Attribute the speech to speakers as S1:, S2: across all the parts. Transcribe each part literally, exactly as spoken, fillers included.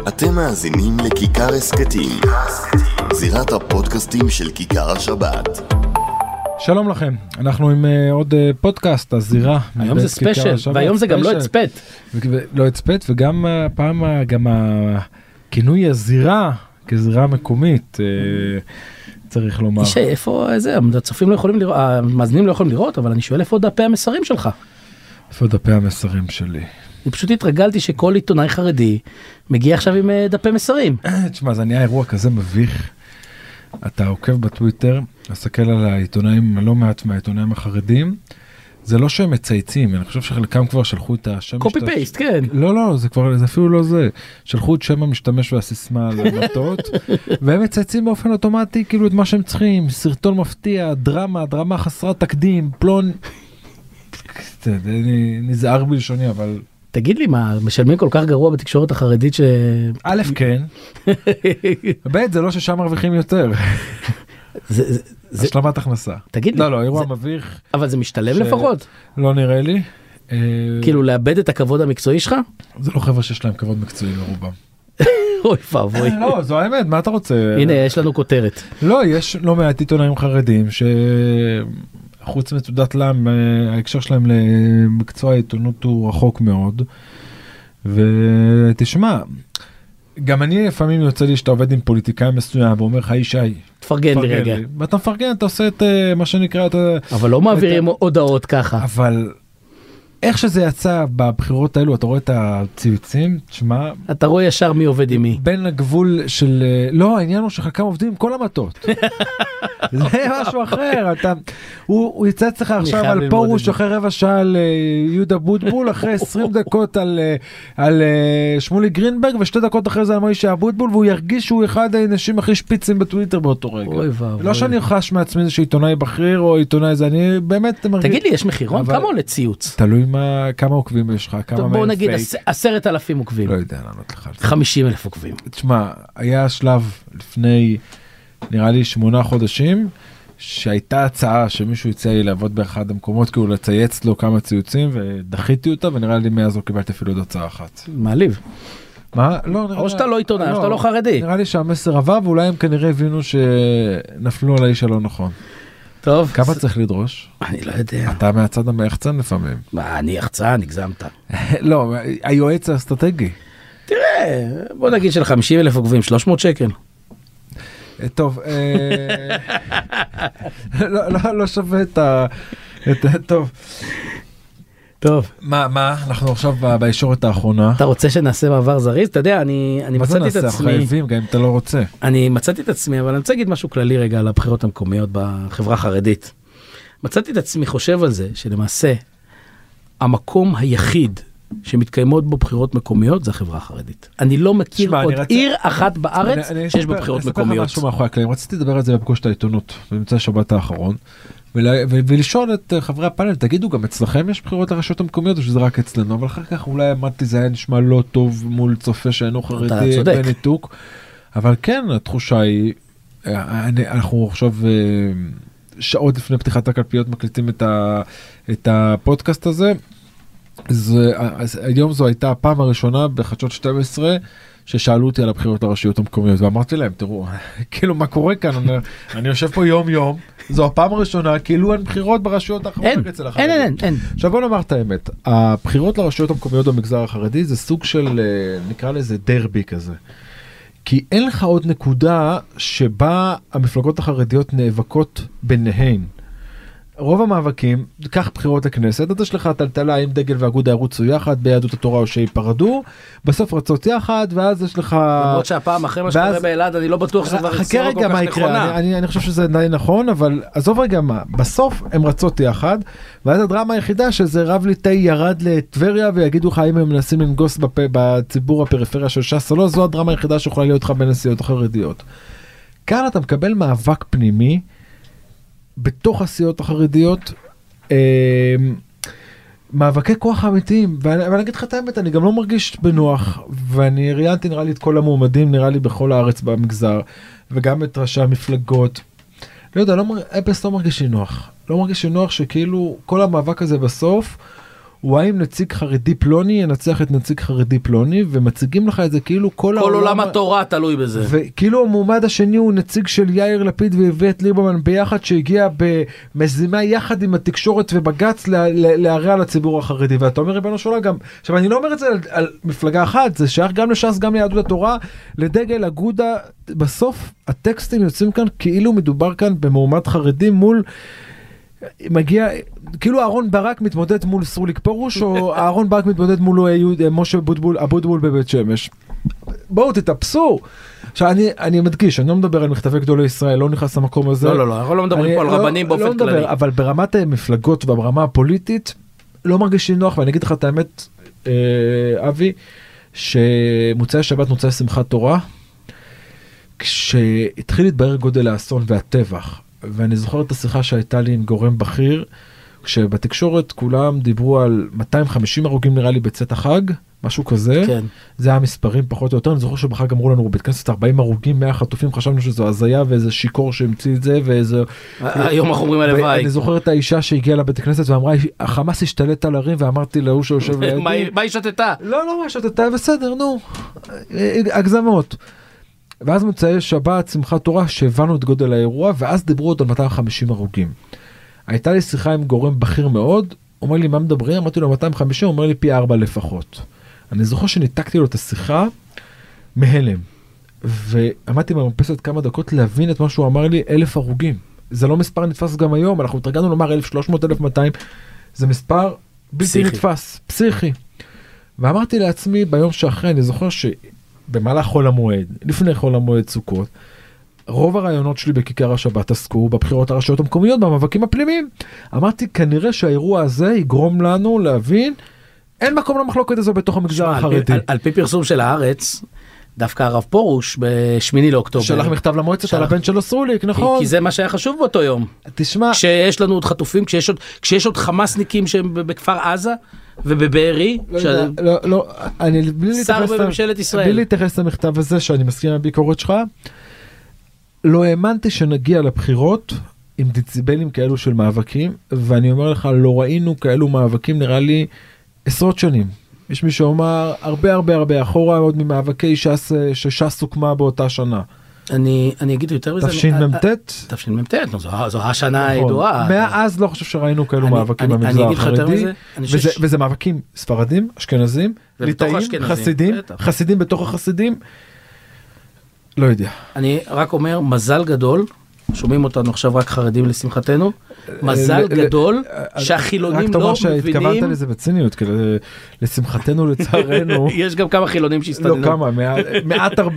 S1: אתם מאזינים לכיכר הסקטים, זירת הפודקאסטים של כיכר השבת.
S2: שלום לכם, אנחנו עם uh, עוד uh, פודקאסט, הזירה.
S3: היום זה ספיישל, והיום זה גם לא הצפת.
S2: לא הצפת, וגם הפעם גם הכינוי הזירה, כזירה מקומית, uh, צריך לומר.
S3: איש, איפה זה? הצופים לא יכולים לראות, המאזינים לא יכולים לראות, אבל אני שואל איפה דפי המסרים שלך?
S2: איפה דפי המסרים שלי?
S3: אני פשוט התרגלתי שכל עיתונאי חרדי מגיע עכשיו עם דפי מסרים.
S2: תשמע, זה נהיה אירוע כזה מביך. אתה עוקב בטוויטר, מסתכל על העיתונאים, לא מעט מהעיתונאים החרדים, זה לא שהם מצייצים, אני חושב שחלקם כבר שלחו את השם...
S3: קופי פייסט, כן.
S2: לא, לא, זה כבר, זה אפילו לא זה. שלחו את שם המשתמש והסיסמה על המטות, והם מצייצים באופן אוטומטי, כאילו את מה שהם צריכים, סרטון מפתיע, דרמה, דרמה חסרת תקדים, פלון... אני נזהר בלשוני, אבל...
S3: תגיד לי מה, משלמים כל כך גרוע בתקשורת החרדית ש...
S2: א' כן, ב' זה לא ששם מרוויחים יותר. השלמת הכנסה.
S3: תגיד לי.
S2: לא, לא, אירוע מביך.
S3: אבל זה משתלם לפחות.
S2: לא נראה לי.
S3: כאילו לאבד את הכבוד המקצועי שלך?
S2: זה לא חבר'ה שיש להם כבוד מקצועי לרובם.
S3: אוי פאבוי.
S2: לא, זו האמת, מה אתה רוצה?
S3: הנה, יש לנו כותרת.
S2: לא, יש לא מעט עיתונאים חרדים ש... חוץ מתעודת להם, ההקשר שלהם למקצוע העיתונות הוא רחוק מאוד. ותשמע, גם אני לפעמים יוצא לי שאתה עובד עם פוליטיקאי מסוים ואומר לך, איש שי,
S3: תפרגן לי רגע.
S2: ואתה מפרגן, אתה עושה את מה שנקרא...
S3: אבל לא מעבירים הודעות ככה.
S2: אבל... איך שזה יצא בבחירות האלו, אתה רואה את הציוצים, תשמע...
S3: אתה רואה ישר מי עובד עם מי.
S2: בין הגבול של... לא, העניין הוא שחלקם עובדים עם כל המטות. זה משהו אחר. אתה... הוא, הוא יצא אצלך עכשיו על פורוש אחרי רבע שעה על יהודה בוטבול, אחרי עשרים דקות על, על שמולי גרינברג, ושתי דקות אחרי זה על מוישה הבוטבול, והוא ירגיש שהוא אחד האנשים הכי שפיצים בטוויטר באותו רגע.
S3: אוי ואבוי.
S2: לא שאני חש מעצמי איזה שעיתונאי בכיר או עיתונאי זה, אני באמת מרגיש...
S3: תגיד לי, יש מחירון? כמה עולה ציוץ?
S2: תלוי מה, כמה עוקבים יש לך, כמה
S3: בוא נגיד עשרת אלפים עוקבים.
S2: לא יודע לענות לך.
S3: חמישים אלף עוקבים.
S2: תשמע, היה שלב לפני, נראה לי שמונה חודשים, שהייתה הצעה שמישהו יצא לי לעבוד באחד המקומות, כאילו לצייץ לו כמה ציוצים, ודחיתי אותה, ונראה לי מאז לא קיבלתי אפילו עוד הצעה אחת.
S3: מעליב.
S2: מה? לא, נראה...
S3: או שאתה לא עיתונאי, או שאתה לא חרדי.
S2: נראה לי שהמסר עבר, ואולי הם כנראה הבינו שנפלו על האיש הלא נכון.
S3: טוב.
S2: כמה צריך לדרוש?
S3: אני לא יודע.
S2: אתה מהצד המייחצן לפעמים.
S3: מה, אני יחצן, הגזמת.
S2: לא, היועץ האסטרטגי.
S3: תראה, בוא נגיד של חמישים אלף עוקבים, שלוש מאות שקל.
S2: טוב, לא שווה את ה... טוב.
S3: טוב.
S2: מה, מה? אנחנו עכשיו בישורת האחרונה.
S3: אתה רוצה שנעשה מעבר זריז? אתה יודע, אני מצאתי את עצמי...
S2: מה זה נעשה? חייבים, גם אם אתה לא רוצה.
S3: אני מצאתי את עצמי, אבל אני רוצה להגיד משהו כללי רגע על הבחירות המקומיות בחברה החרדית. מצאתי את עצמי חושב על זה, שלמעשה, המקום היחיד שמתקיימות בו בחירות מקומיות זה החברה החרדית. אני לא מכיר עוד עיר אחת בארץ שיש בה בחירות מקומיות.
S2: אני אספר לך משהו מאחורי הקלעים. רציתי לדבר על זה בפגוש את העיתונות, במצע השבת האחרון, ולשאול את חברי הפאנל, תגידו, גם אצלכם יש בחירות לרשויות המקומיות, או שזה רק אצלנו, אבל אחר כך אולי אמרתי, זה היה נשמע לא טוב מול צופה שאינו חרדי בניתוק, אבל כן, התחושה היא, אנחנו עכשיו שעות לפני פתיחת הקלפיות מקליטים את הפודקאסט הזה, זה, היום זו הייתה הפעם הראשונה בחדשות שתים עשרה ששאלו אותי על הבחירות לרשויות המקומיות, ואמרתי להם, תראו, כאילו מה קורה כאן, אני, אני יושב פה יום יום, זו הפעם הראשונה, כאילו אין בחירות ברשויות החרדיות אצל החרדים.
S3: אין, אין, אין.
S2: עכשיו בוא נאמר את האמת, הבחירות לרשויות המקומיות במגזר החרדי זה סוג של, נקרא לזה דרבי כזה. כי אין לך עוד נקודה שבה המפלגות החרדיות נאבקות ביניהן. רוב המאבקים, כך בחירות לכנסת, אז יש לך טלטלה עם דגל ואגודה ירוצו יחד, ביהדות התורה או שיפרדו, בסוף רצות יחד, ואז יש לך...
S3: למרות שהפעם אחרי מה שקורה באלעד, אני לא בטוח שזה כבר
S2: חכה רגע מה יקרה, אני, אני חושב שזה די נכון, אבל עזוב רגע מה, בסוף הם רצות יחד, ואז הדרמה היחידה שזה רב ליטאי ירד לטבריה, ויגידו לך אם הם מנסים לנגוס בפה, בציבור הפריפריה של ש"ס או לא, זו הדרמה היחידה שיכולה להיות לך בין הסיעות החרדיות. כאן אתה מקבל מאבק פנימי, בתוך הסיעות החרדיות, אה, מאבקי כוח אמיתיים, ואני, ואני אגיד לך את האמת, אני גם לא מרגיש בנוח, ואני ראיינתי נראה לי את כל המועמדים, נראה לי בכל הארץ במגזר, וגם את ראשי המפלגות, לא יודע, לא, אפס לא מרגיש לי נוח, לא מרגיש לי נוח שכאילו כל המאבק הזה בסוף, הוא האם נציג חרדי פלוני ינצח את נציג חרדי פלוני, ומציגים לך את זה כאילו כל,
S3: כל עולם התורה תלוי בזה.
S2: וכאילו המועמד השני הוא נציג של יאיר לפיד ואיווט ליברמן ביחד, שהגיע במזימה יחד עם התקשורת ובגץ להרע לציבור החרדי, ואתה אומר ריבונו של עולם גם, עכשיו אני לא אומר את זה על, על מפלגה אחת, זה שייך גם לש"ס, גם ליהדות התורה, לדגל אגודה, בסוף הטקסטים יוצאים כאן כאילו מדובר כאן במועמד חרדי מול, מגיע, כאילו אהרון ברק מתמודד מול סרוליק פרוש, או אהרון ברק מתמודד מול משה בוטבול, אבוטבול בבית שמש. בואו תתאפסו. עכשיו אני, אני מדגיש, אני לא מדבר על מכתבי גדולי ישראל, לא נכנס למקום הזה.
S3: לא, לא, לא, אנחנו לא מדברים פה על רבנים באופן
S2: לא
S3: כללי.
S2: אבל ברמת המפלגות וברמה הפוליטית, לא מרגיש לי נוח, ואני אגיד לך את האמת, אה, אבי, שמוצאי שבת, מוצאי שמחת תורה, כשהתחיל להתברר גודל האסון והטבח, ואני זוכר את השיחה שהייתה לי עם גורם בכיר, כשבתקשורת כולם דיברו על מאתיים וחמישים הרוגים נראה לי בצאת החג, משהו כזה,
S3: כן.
S2: זה היה מספרים פחות או יותר, אני זוכר שבחג אמרו לנו בבית כנסת ארבעים הרוגים, מאה חטופים, חשבנו שזו הזיה ואיזה שיקור שהמציא את זה, ואיזה...
S3: היום אנחנו אומרים הלוואי.
S2: ואני זוכר את האישה שהגיעה לבית הכנסת ואמרה, החמאס השתלט על הרים, ואמרתי להוא שיושב לידי...
S3: מה היא שתתה?
S2: לא, לא, מה שתתה, בסדר, נו, הגזמות. ואז מוצאי שבת, שמחת תורה, שהבנו את גודל האירוע, ואז דיברו עוד על מאתיים וחמישים הרוגים. הייתה לי שיחה עם גורם בכיר מאוד, אומר לי, מה מדברים? אמרתי לו, מאתיים וחמישים, אומר לי, פי ארבע לפחות. אני זוכר שניתקתי לו את השיחה מהלם, ועמדתי במרפסת כמה דקות להבין את מה שהוא אמר לי, אלף הרוגים. זה לא מספר נתפס גם היום, אנחנו התרגלנו לומר אלף ושלוש מאות, אלף ומאתיים, זה מספר בלתי נתפס, פסיכי. ואמרתי לעצמי, ביום שאחרי, אני זוכר שבמהלך חול המועד, לפני חול המועד סוכות, רוב הרעיונות שלי בכיכר השבת עסקו בבחירות הרשויות המקומיות, במאבקים הפנימיים. אמרתי, כנראה שהאירוע הזה יגרום לנו להבין, אין מקום למחלוקת הזו בתוך המגזר החרדי.
S3: על, על פי פרסום של הארץ, דווקא הרב פורוש בשמיני לאוקטובר.
S2: שלח מכתב למועצת שלח... על הבן שלו סרוליק, נכון.
S3: כי, כי זה מה שהיה חשוב באותו יום.
S2: תשמע.
S3: כשיש לנו עוד חטופים, כשיש עוד, כשיש עוד חמאסניקים שהם בכפר עזה ובבארי.
S2: לא,
S3: ש...
S2: לא, לא, אני בלי
S3: שר בממשלת ישראל.
S2: בלי להתייחס למכתב הזה שאני מסכים עם הביקורת שלך, לא האמנתי שנגיע לבחירות עם דציבלים כאלו של מאבקים, ואני אומר לך, לא ראינו כאלו מאבקים, נראה לי עשרות שנים. יש מי שאומר, הרבה הרבה הרבה אחורה, עוד ממאבקי ש"ס, שש"ס הוקמה באותה שנה.
S3: אני, אני אגיד יותר מזה.
S2: תשנ"ט?
S3: תשנ"ט, זו, זו השנה הידועה.
S2: מאז לא חושב שראינו כאלו מאבקים במגזר החרדי, וזה מאבקים ספרדים, אשכנזים, ליטאים, חסידים, חסידים בתוך החסידים, לא יודע.
S3: אני רק אומר, מזל גדול, שומעים אותנו עכשיו רק חרדים לשמחתנו, מזל גדול שהחילונים לא מבינים... רק תאמר שהתכוונת לזה בציניות,
S2: לשמחתנו לצערנו...
S3: יש גם כמה חילונים שהסתדנו.
S2: לא כמה, מעט הרבה.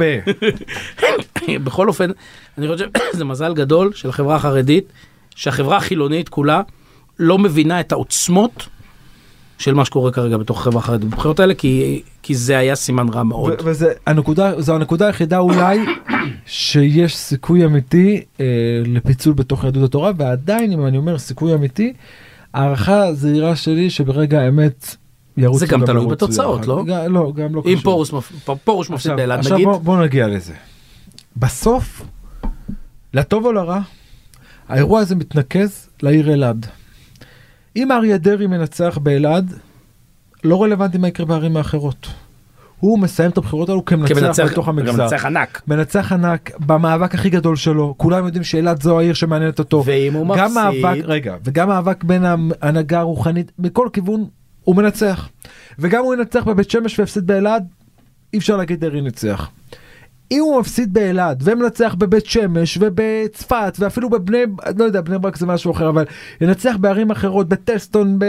S3: בכל אופן, אני חושב שזה מזל גדול של החברה החרדית, שהחברה החילונית כולה לא מבינה את העוצמות של מה שקורה כרגע בתוך החברה החרדית בבחירות האלה, כי, כי זה היה סימן רע מאוד.
S2: וזה הנקודה, זו הנקודה היחידה אולי שיש סיכוי אמיתי אה, לפיצול בתוך יהדות התורה, ועדיין אם אני אומר סיכוי אמיתי, הערכה זהירה שלי שברגע האמת ירוצו.
S3: זה גם תלוי בתוצאות, לא?
S2: גם, לא, גם לא
S3: קשור. אם פורוש, פורוש מפסיד באלעד, נגיד.
S2: עכשיו בוא, בוא נגיע לזה. בסוף, לטוב או לרע, האירוע הזה מתנקז לעיר אלעד. אם אריה דרעי מנצח באלעד, לא רלוונטי מה יקרה בערים האחרות. הוא מסיים את הבחירות האלו כמנצח בתוך המגזר.
S3: מנצח ענק.
S2: מנצח ענק, במאבק הכי גדול שלו. כולם יודעים שאלעד זו העיר שמעניינת אותו.
S3: ואם הוא מפסיד...
S2: מאבק, רגע, וגם מאבק בין ההנהגה הרוחנית, מכל כיוון הוא מנצח. וגם הוא ינצח בבית שמש והפסיד באלעד, אי אפשר להגיד דרעי ניצח. אם הוא מפסיד באלעד ומנצח בבית שמש ובצפת ואפילו בבני, לא יודע, בני ברק זה משהו אחר, אבל ינצח בערים אחרות, בטלסטון, ב...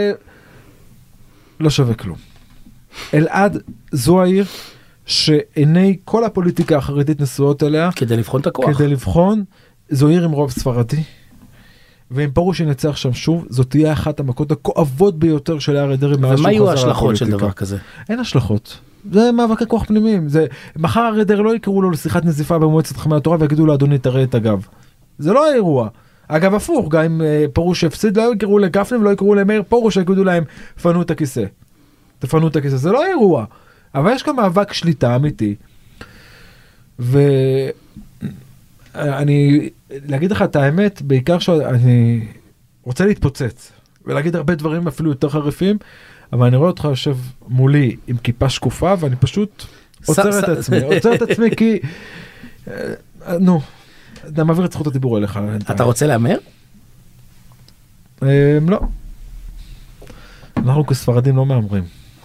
S2: לא שווה כלום. אלעד זו העיר שעיני כל הפוליטיקה החרדית נשואות אליה.
S3: כדי לבחון את הכוח.
S2: כדי לבחון, זו עיר עם רוב ספרדי. ואם פרוש ינצח שם שוב, זו תהיה אחת המכות הכואבות ביותר של אריה דרעי.
S3: ומה יהיו ההשלכות של דבר כזה?
S2: אין השלכות. זה מאבקי כוח פנימיים. זה, מחר אריה דרעי לא יקראו לו לשיחת נזיפה במועצת חכמי התורה ויגידו לו, אדוני, תראה את הגב. זה לא האירוע. אגב, הפוך, גם אם פרוש הפסיד, לא יקראו לגפני ולא יקראו למאיר פרוש, יגידו להם, פנו את הכיסא. תפנו את הכיסא. זה לא האירוע. אבל יש כאן מאבק שליטה אמיתי. ואני, להגיד לך את האמת, בעיקר שאני רוצה להתפוצץ, ולהגיד הרבה דברים אפילו יותר חריפים, אבל אני רואה אותך יושב מולי עם כיפה שקופה, ואני פשוט עוצר את עצמי, עוצר את עצמי כי, נו, אתה מעביר את זכות הדיבור אליך.
S3: אתה רוצה לאמר?
S2: לא. אנחנו כספרדים לא מאמרים.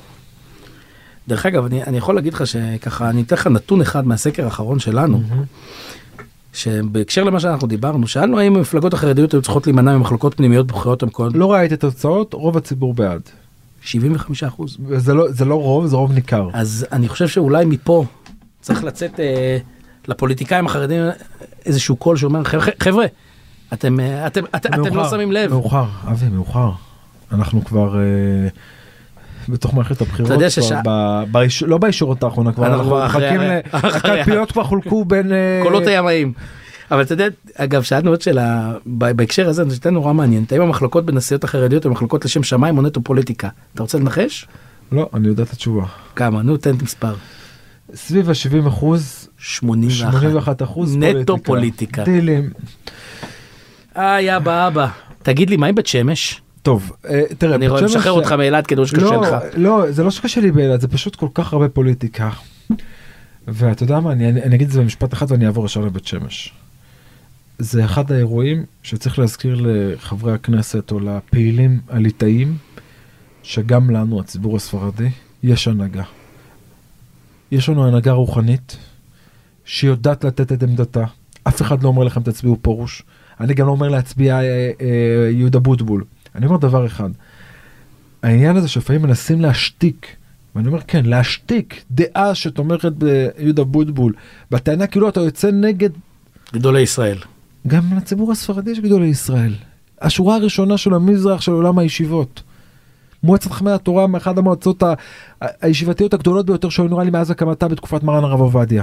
S3: דרך אגב, אני, אני יכול להגיד לך שככה, אני אתן לך נתון אחד מהסקר האחרון שלנו, שבהקשר למה שאנחנו דיברנו, שאלנו האם המפלגות החרדיות היו צריכות להימנע ממחלוקות פנימיות בבחירות המקומיות.
S2: לא ראיתי את התוצאות, רוב הציבור בעד.
S3: שבעים וחמישה אחוז.
S2: זה לא, זה לא רוב, זה רוב ניכר.
S3: אז אני חושב שאולי מפה צריך לצאת אה, לפוליטיקאים החרדים איזשהו קול שאומר, חבר'ה, חבר'ה, אתם, אתם, אתם, אתם לא שמים לב.
S2: מאוחר, אבי, מאוחר. אנחנו כבר... אה... בתוך מערכת הבחירות, לא בישורת האחרונה, כבר מחכים, הקלפיות כבר חולקו בין...
S3: קולות הימאים. אבל אתה יודע, אגב, שאלנו עוד שאלה, בהקשר הזה, זה נורא מעניין, האם המחלוקות בין הסיעות החרדיות, הן מחלוקות לשם שמיים או נטו פוליטיקה? אתה רוצה לנחש?
S2: לא, אני יודע את התשובה.
S3: כמה? נו, תן מספר.
S2: סביב ה-שבעים אחוז, שמונים ואחת אחוז
S3: נטו פוליטיקה.
S2: טילים.
S3: אה, אבא, אבא. תגיד לי, מה עם בית שמש?
S2: טוב, תראה,
S3: אני רואה משחרר אותך מאילת כדי שקשה לך.
S2: לא, זה לא שקשה לי באילת, זה פשוט כל כך הרבה פוליטיקה. ואתה יודע מה, אני אגיד את זה במשפט אחד ואני אעבור ישר לבית שמש. זה אחד האירועים שצריך להזכיר לחברי הכנסת או לפעילים הליטאים, שגם לנו, הציבור הספרדי, יש הנהגה. יש לנו הנהגה רוחנית, שיודעת לתת את עמדתה. אף אחד לא אומר לכם תצביעו פורוש. אני גם לא אומר להצביע יהודה בוטבול. אני אומר דבר אחד, העניין הזה שלפעמים מנסים להשתיק, ואני אומר כן, להשתיק דעה שתומכת ביהודה בוטבול, בטענה כאילו אתה יוצא נגד...
S3: גדולי ישראל.
S2: גם לציבור הספרדי יש גדולי ישראל. השורה הראשונה של המזרח של עולם הישיבות. מועצת חכמי התורה מאחד המועצות ה- הישיבתיות הגדולות ביותר שהיו נראה לי מאז הקמתה בתקופת מרן הרב עובדיה.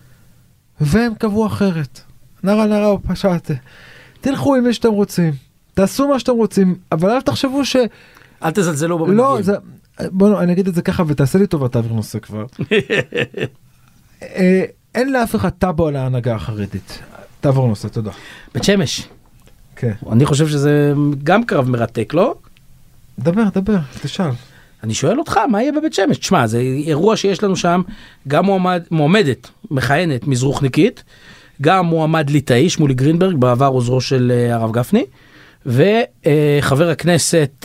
S2: והם קבעו אחרת. נראה נראה או פשעת. תלכו עם מי שאתם רוצים. תעשו מה שאתם רוצים, אבל אל תחשבו ש...
S3: אל תזלזלו במנהיגים.
S2: לא, זה... בואו, אני אגיד את זה ככה, ותעשה לי טובה, תעביר נושא כבר. אין לאף אחד טאבו על ההנהגה החרדית. תעבור נושא, תודה.
S3: בית שמש.
S2: כן.
S3: אני חושב שזה גם קרב מרתק, לא?
S2: דבר, דבר, תשאל.
S3: אני שואל אותך, מה יהיה בבית שמש? תשמע, זה אירוע שיש לנו שם, גם מועמד, מועמדת, מכהנת, מזרוחניקית, גם מועמד ליטאי, שמולי גרינברג, בעבר עוזרו של הרב גפני, וחבר הכנסת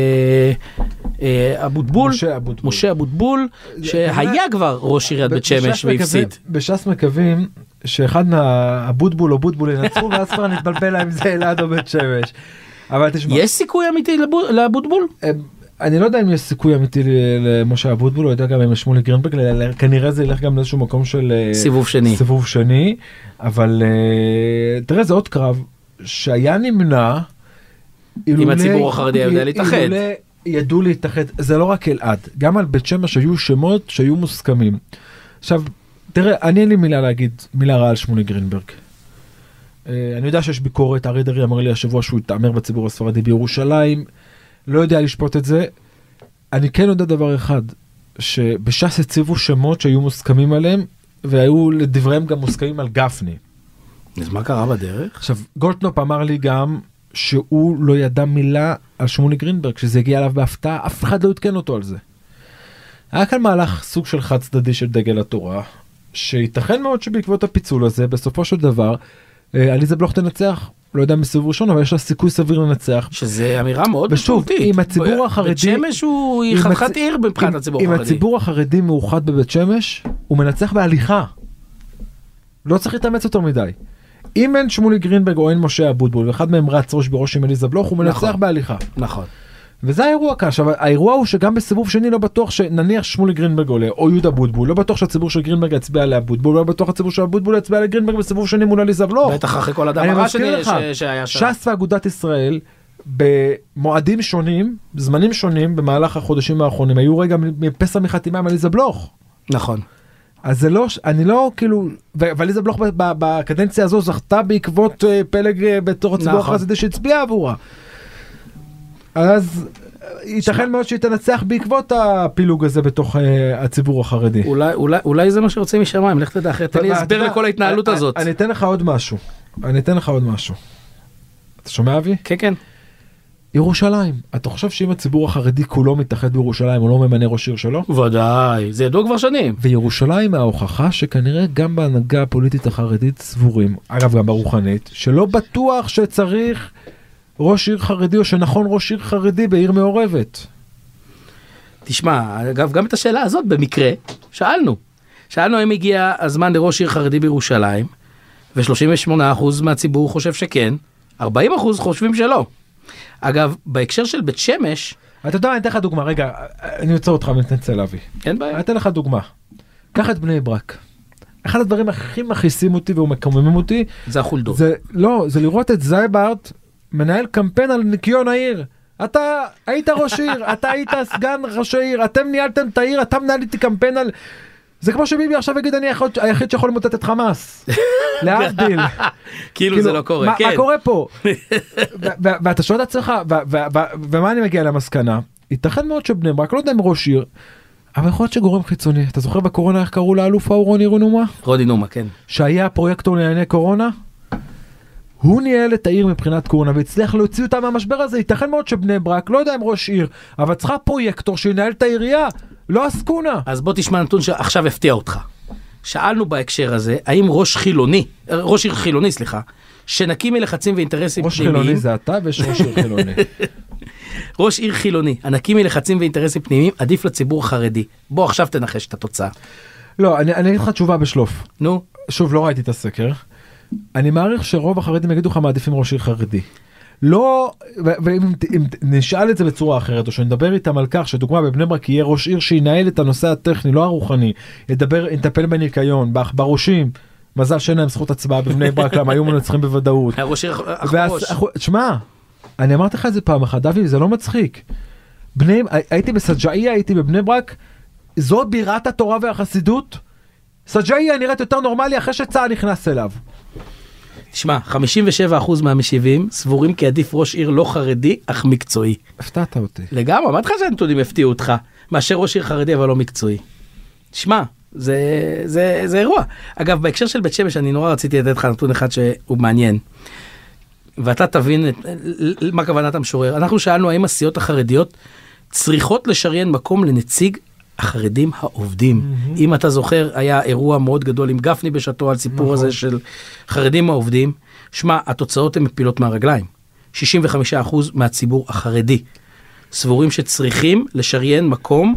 S3: אבוטבול, משה אבוטבול, שהיה כבר ראש עיריית בית שמש והפסיד.
S2: בש"ס מקווים שאחד מהאבוטבול או בוטבול ינצחו, ואז כבר נתבלבל להם זה אלעד או בית שמש. אבל תשמע.
S3: יש סיכוי אמיתי לאבוטבול?
S2: אני לא יודע אם יש סיכוי אמיתי למשה אבוטבול, לא יודע גם אם שמולי גרינברג, כנראה זה ילך גם לאיזשהו מקום של
S3: סיבוב שני.
S2: סיבוב שני, אבל תראה, זה עוד קרב שהיה נמנע,
S3: אם הציבור החרדי יודע להתאחד.
S2: ידעו להתאחד, זה לא רק אלעד, גם על בית שמש היו שמות שהיו מוסכמים. עכשיו, תראה, אני אין לי מילה להגיד, מילה רעה על שמולי גרינברג. אני יודע שיש ביקורת, אריה דרעי אמר לי השבוע שהוא יתאמר בציבור הספרדי בירושלים, לא יודע לשפוט את זה. אני כן יודע דבר אחד, שבש"ס הציבו שמות שהיו מוסכמים עליהם, והיו לדבריהם גם מוסכמים על גפני.
S3: אז מה קרה בדרך?
S2: עכשיו, גולדקנופ אמר לי גם שהוא לא ידע מילה על שמולי גרינברג, שזה הגיע אליו בהפתעה, אף אחד לא יתקן אותו על זה. היה כאן מהלך סוג של חד צדדי של דגל התורה, שייתכן מאוד שבעקבות הפיצול הזה, בסופו של דבר, עליזה בלוך תנצח, לא יודע מסיבוב ראשון, אבל יש לה סיכוי סביר לנצח.
S3: שזה אמירה מאוד
S2: משמעותית. עם הציבור החרדי...
S3: בית שמש הוא חתיכת עיר מבחינת הציבור החרדי.
S2: אם הציבור החרדי מאוחד בבית שמש, הוא מנצח בהליכה. לא צריך להתאמץ יותר מדי. אם אין שמולי גרינברג או אין משה אבוטבול, ואחד מהם רץ ראש בראש עם עליזה בלוך, הוא מנצח בהליכה.
S3: נכון.
S2: וזה האירוע כאן. עכשיו, האירוע הוא שגם בסיבוב שני לא בטוח שנניח שמולי גרינברג עולה, או יהודה בוטבול, לא בטוח שהציבור של גרינברג יצביע לאבוטבול, לא בטוח שהציבור של אבוטבול יצביע לגרינברג בסיבוב שני מול עליזה בלוך.
S3: בטח אחרי כל אדם הרע שהיה שם.
S2: ש"ס ואגודת ישראל, במועדים שונים, זמנים שונים, במהלך החודשים האחרונים, היו רגע מפסע מחתימה עם עליזה בלוך.
S3: נכון.
S2: אז זה לא, אני לא כאילו, ועליזה בלוך בקדנציה הזו זכתה בעקבות פלג בתור הציבור החרדי שהצביע עבורה. אז ייתכן מאוד שהיא תנצח בעקבות הפילוג הזה בתוך הציבור החרדי.
S3: אולי, אולי, אולי זה מה שרוצים משמיים, לך תדע אחרת, תן לי הסבר לכל ההתנהלות הזאת.
S2: אני אתן לך עוד משהו, אני אתן לך עוד משהו. אתה שומע אבי?
S3: כן, כן.
S2: ירושלים. אתה חושב שאם הציבור החרדי כולו מתאחד בירושלים, הוא לא ממנה ראש עיר שלו?
S3: ודאי, זה ידוע כבר שנים.
S2: וירושלים ההוכחה שכנראה גם בהנהגה הפוליטית החרדית סבורים, אגב גם ברוחנית, שלא בטוח שצריך ראש עיר חרדי, או שנכון ראש עיר חרדי בעיר מעורבת.
S3: תשמע, אגב, גם את השאלה הזאת במקרה, שאלנו. שאלנו אם הגיע הזמן לראש עיר חרדי בירושלים, ו-שלושים ושמונה אחוז מהציבור חושב שכן, ארבעים אחוז חושבים שלא. אגב, בהקשר של בית שמש...
S2: אתה יודע, אני אתן לך דוגמה, רגע, אני יוצא אותך, מתנצל אבי.
S3: אין בעיה.
S2: אני אתן לך דוגמה. קח את בני ברק. אחד הדברים הכי מכעיסים אותי ומקוממים אותי,
S3: זה החולדות.
S2: זה, לא, זה לראות את זייברט מנהל קמפיין על ניקיון העיר. אתה היית ראש עיר, אתה היית סגן ראש העיר, אתם ניהלתם את העיר, אתה מנהל איתי קמפיין על... זה כמו שביבי עכשיו יגיד, אני היחיד שיכול למוטט את חמאס. להבדיל.
S3: כאילו זה לא קורה, כן.
S2: מה קורה פה? ואתה שואל את עצמך, ומה אני מגיע למסקנה? ייתכן מאוד שבני ברק, לא יודע אם ראש עיר, אבל יכול להיות שגורם חיצוני. אתה זוכר בקורונה איך קראו לאלוף ההוא רוני נומה?
S3: רוני נומה, כן.
S2: שהיה פרויקטור לענייני קורונה? הוא ניהל את העיר מבחינת קורונה והצליח להוציא אותה מהמשבר הזה. ייתכן מאוד שבני ברק, לא יודע אם ראש עיר, אבל צריכה פרויקטור שינהל את העירייה, לא עסקונה.
S3: אז בוא תשמע נתון שעכשיו הפתיע אותך. שאלנו בהקשר הזה, האם ראש חילוני, ראש עיר חילוני, סליחה, שנקי מלחצים ואינטרסים
S2: ראש
S3: פנימיים...
S2: ראש חילוני זה אתה ויש ראש עיר חילוני.
S3: ראש עיר חילוני, הנקי מלחצים ואינטרסים פנימיים, עדיף לציבור החרדי. בוא עכשיו תנחש את התוצאה.
S2: לא, אני, אני אגיד לך תשובה בשלוף.
S3: נו.
S2: שוב, לא ראיתי את הסקר. אני מעריך שרוב החרדים יגידו לך מעדיפים ראש עיר חרדי. לא, ואם אם נשאל את זה בצורה אחרת, או שנדבר איתם על כך שדוגמה בבני ברק יהיה ראש עיר שינהל את הנושא הטכני, לא הרוחני, ידבר, יטפל בניקיון, בראשים, מזל שאין להם זכות הצבעה בבני ברק, למה היו מנצחים בוודאות.
S3: ראש עיר אחרוש.
S2: תשמע, אני אמרתי לך את זה פעם אחת, דוד, זה לא מצחיק. בני, הייתי בסג'איה, הייתי בבני ברק, זו בירת התורה והחסידות, סג'איה נראית יותר נורמלי אחרי שצה"ל נכנס אליו.
S3: תשמע, חמישים ושבעה אחוז מהמשיבים סבורים כי עדיף ראש עיר לא חרדי, אך מקצועי.
S2: הפתעת אותי.
S3: לגמרי, אמרתי לך שהנתונים הפתיעו אותך, מאשר ראש עיר חרדי אבל לא מקצועי. תשמע, זה, זה, זה אירוע. אגב, בהקשר של בית שמש, אני נורא רציתי לתת לך נתון אחד שהוא מעניין. ואתה תבין את, מה כוונת המשורר. אנחנו שאלנו האם הסיעות החרדיות צריכות לשריין מקום לנציג החרדים העובדים. Mm-hmm. אם אתה זוכר, היה אירוע מאוד גדול עם גפני בשעתו על סיפור נכון. הזה של חרדים העובדים. שמה, התוצאות הן מפילות מהרגליים. שישים וחמישה אחוז מהציבור החרדי סבורים שצריכים לשריין מקום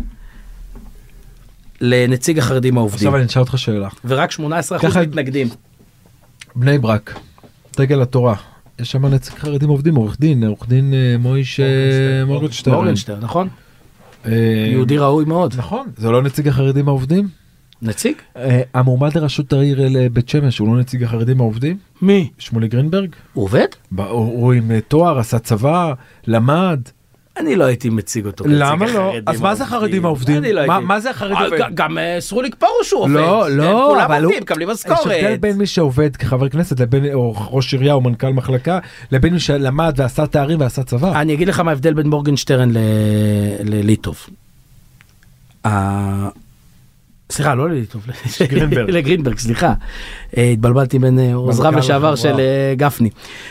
S3: לנציג החרדים העובדים.
S2: עכשיו אני אשאל אותך שאלה.
S3: ורק שמונה עשרה אחוז מתנגדים.
S2: בני ברק, דגל התורה. יש שם נציג חרדים עובדים, עורך דין, עורך דין מויש מורגנשטרן.
S3: מורגנשטרן, נכון? יהודי ראוי מאוד.
S2: נכון, זה לא נציג החרדים העובדים?
S3: נציג?
S2: המועמד לראשות העיר לבית שמש, הוא לא נציג החרדים העובדים?
S3: מי?
S2: שמולי גרינברג.
S3: הוא עובד?
S2: הוא עם תואר, עשה צבא, למד.
S3: אני לא הייתי מציג אותו.
S2: למה לא? אז מה זה חרדים העובדים? מה זה החרדים העובדים?
S3: גם סרוליק פרוש הוא עובד.
S2: לא, לא.
S3: כולם עובדים, מקבלים משכורת.
S2: יש הבדל בין מי שעובד כחבר כנסת, או ראש עירייה או מנכ"ל מחלקה, לבין מי שלמד ועשה תארים ועשה צבא.
S3: אני אגיד לך מה ההבדל בין מורגנשטרן לליטוב. סליחה, לא לליטוב. לגרינברג, סליחה. התבלבלתי בין עוזריו לשעבר של גפני.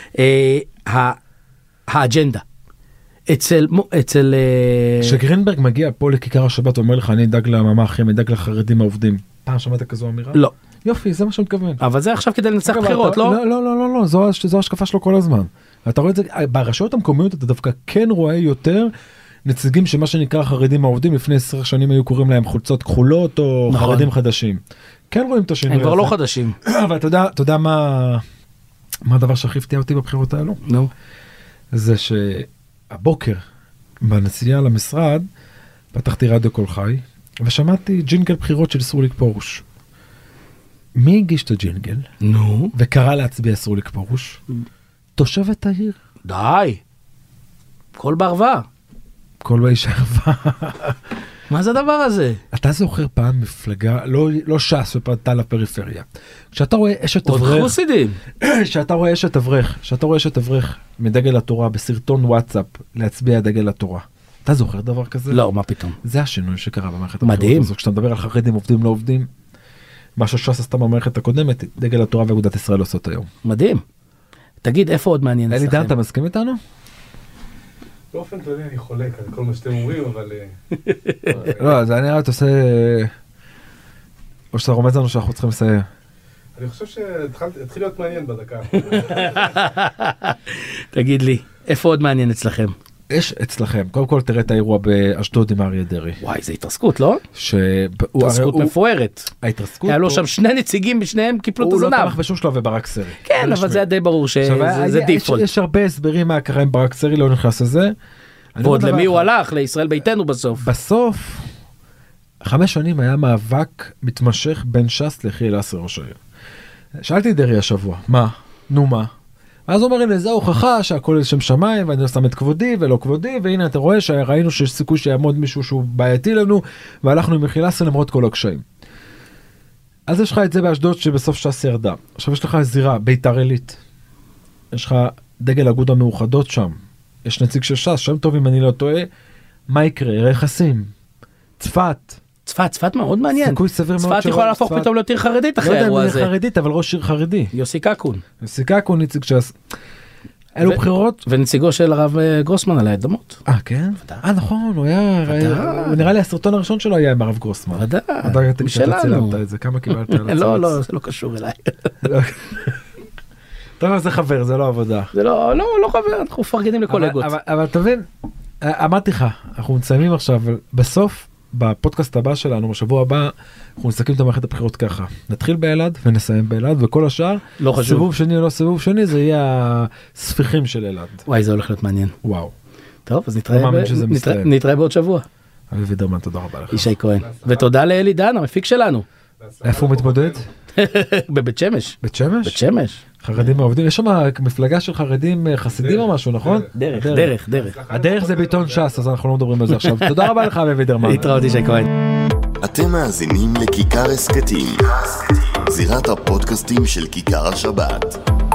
S3: האג'נדה. אצל, אצל...
S2: שגרינברג מגיע פה לכיכר השבת ואומר לך, אני אדאג לממ"ח, אני אדאג לחרדים העובדים. פעם שמעת כזו אמירה?
S3: לא.
S2: יופי, זה מה שאני מתכוון.
S3: אבל זה עכשיו כדי לנצח בחירות, לא?
S2: לא, לא, לא, לא, זו, זו השקפה שלו כל הזמן. אתה רואה את זה, ברשויות המקומיות אתה דווקא כן רואה יותר נציגים שמה שנקרא חרדים העובדים, לפני עשר שנים היו קוראים להם חולצות כחולות או נכון. חרדים חדשים. כן רואים את השינוי הזה.
S3: הם כבר לא חדשים.
S2: אבל אתה יודע, אתה יודע מה, מה הדבר שהכי הפתיע אותי בבחירות האלו?
S3: נו.
S2: זה ש... הבוקר, בנסיעה למשרד, פתחתי רדיו קול חי, ושמעתי ג'ינגל בחירות של סרוליק פרוש. מי הגיש את הג'ינגל?
S3: נו.
S2: וקרא להצביע סרוליק פרוש? תושבת העיר.
S3: די. כל בערבה.
S2: כל באיש ערבה.
S3: מה זה הדבר הזה?
S2: אתה זוכר פעם מפלגה, לא, לא ש"ס ופרטה לפריפריה. כשאתה רואה אשת אברך...
S3: עוד חוסידים.
S2: כשאתה רואה אשת אברך, כשאתה רואה אשת אברך מדגל התורה בסרטון וואטסאפ להצביע דגל התורה. אתה זוכר דבר כזה?
S3: לא, מה פתאום.
S2: זה השינוי שקרה במערכת
S3: מדהים.
S2: הזאת. כשאתה מדבר על חרדים עובדים לא עובדים, מה שש"ס עשתה במערכת הקודמת, דגל התורה ואגודת ישראל עושות היום.
S3: מדהים. תגיד, איפה עוד מעניין?
S2: אלי דן, אתה מסכים איתנו?
S4: באופן כללי אני חולק על כל מה שאתם אומרים, אבל...
S2: לא, זה אני רק עושה... או שאתה רומז לנו שאנחנו צריכים לסיים.
S4: אני חושב שהתחיל להיות מעניין בדקה.
S3: תגיד לי, איפה עוד מעניין אצלכם?
S2: יש אצלכם, קודם כל תראה את האירוע באשדוד עם אריה דרעי.
S3: וואי, זה התרסקות, לא? התרסקות מפוארת.
S2: ההתרסקות...
S3: היה לו שם שני נציגים, בשניהם קיפלו את הזנב.
S2: הוא לא תמך בשום שלב וברק סרי.
S3: כן, אבל זה היה די ברור שזה דיפולט.
S2: יש הרבה הסברים מה קרה עם ברק סרי, לא נכנס לזה.
S3: ועוד למי הוא הלך? לישראל ביתנו בסוף.
S2: בסוף, חמש שנים היה מאבק מתמשך בין ש"ס לחיל אסר ראש העיר. שאלתי דרעי השבוע, מה? נו מה? אז הוא אומר לי, זו הוכחה שהכל לשם שמיים, ואני לא שם את כבודי ולא כבודי, והנה אתה רואה שראינו שיש סיכוי שיעמוד מישהו שהוא בעייתי לנו, והלכנו עם חיל אסר למרות כל הקשיים. אז יש לך את זה באשדוד שבסוף ש"ס ירדה. עכשיו יש לך זירה, ביתר עילית. יש לך דגל אגוד המאוחדות שם. יש נציג של ש"ס, שם טוב אם אני לא טועה. מה יקרה? רכסים. צפת.
S3: צפת, צפת מאוד מעניין.
S2: סיכוי סביר מאוד.
S3: צפת יכולה להפוך פתאום להיות עיר חרדית אחרי האירוע הזה.
S2: לא יודע אם היא חרדית, אבל ראש עיר חרדי.
S3: יוסי קקון.
S2: יוסי קקון, נציג ש"ס. אלו בחירות.
S3: ונציגו של הרב גרוסמן על האדמות.
S2: אה, כן? אה, נכון, הוא היה... נראה לי הסרטון הראשון שלו היה עם הרב גרוסמן.
S3: ודאי,
S2: משלנו. כמה קיבלת על הצלץ?
S3: לא, לא, זה לא קשור אליי.
S2: טוב, זה חבר, זה לא עבודה.
S3: זה לא, לא, לא חבר, אנחנו מפרגנים לקולגות.
S2: אבל תבין, אמרתי לך, אנחנו מציימים עכשיו, בסוף, בפודקאסט הבא שלנו, בשבוע הבא, אנחנו נסכם את המערכת הבחירות ככה. נתחיל באלעד ונסיים באלעד, וכל השאר,
S3: לא חשוב.
S2: סיבוב שני או לא סיבוב שני, זה יהיה הספיחים של אלעד.
S3: וואי, זה הולך להיות מעניין.
S2: וואו.
S3: טוב, אז נתראה, ב... נתראה, נתראה בעוד שבוע.
S2: אבי וידרמן, תודה רבה לך.
S3: ישי כהן. ותודה לאלי דן, המפיק שלנו.
S2: איפה הוא מתמודד?
S3: בבית שמש.
S2: בית שמש?
S3: בית שמש.
S2: חרדים עובדים, יש שם מפלגה של חרדים חסידים או משהו, נכון?
S3: דרך, דרך, דרך.
S2: הדרך זה בעיתון ש"ס, אז אנחנו לא מדברים על זה עכשיו. תודה רבה לך, אבי וידרמן.
S3: להתראות, ישי כהן.
S1: אתם מאזינים לכיכר הסקטים, זירת הפודקאסטים של כיכר השבת.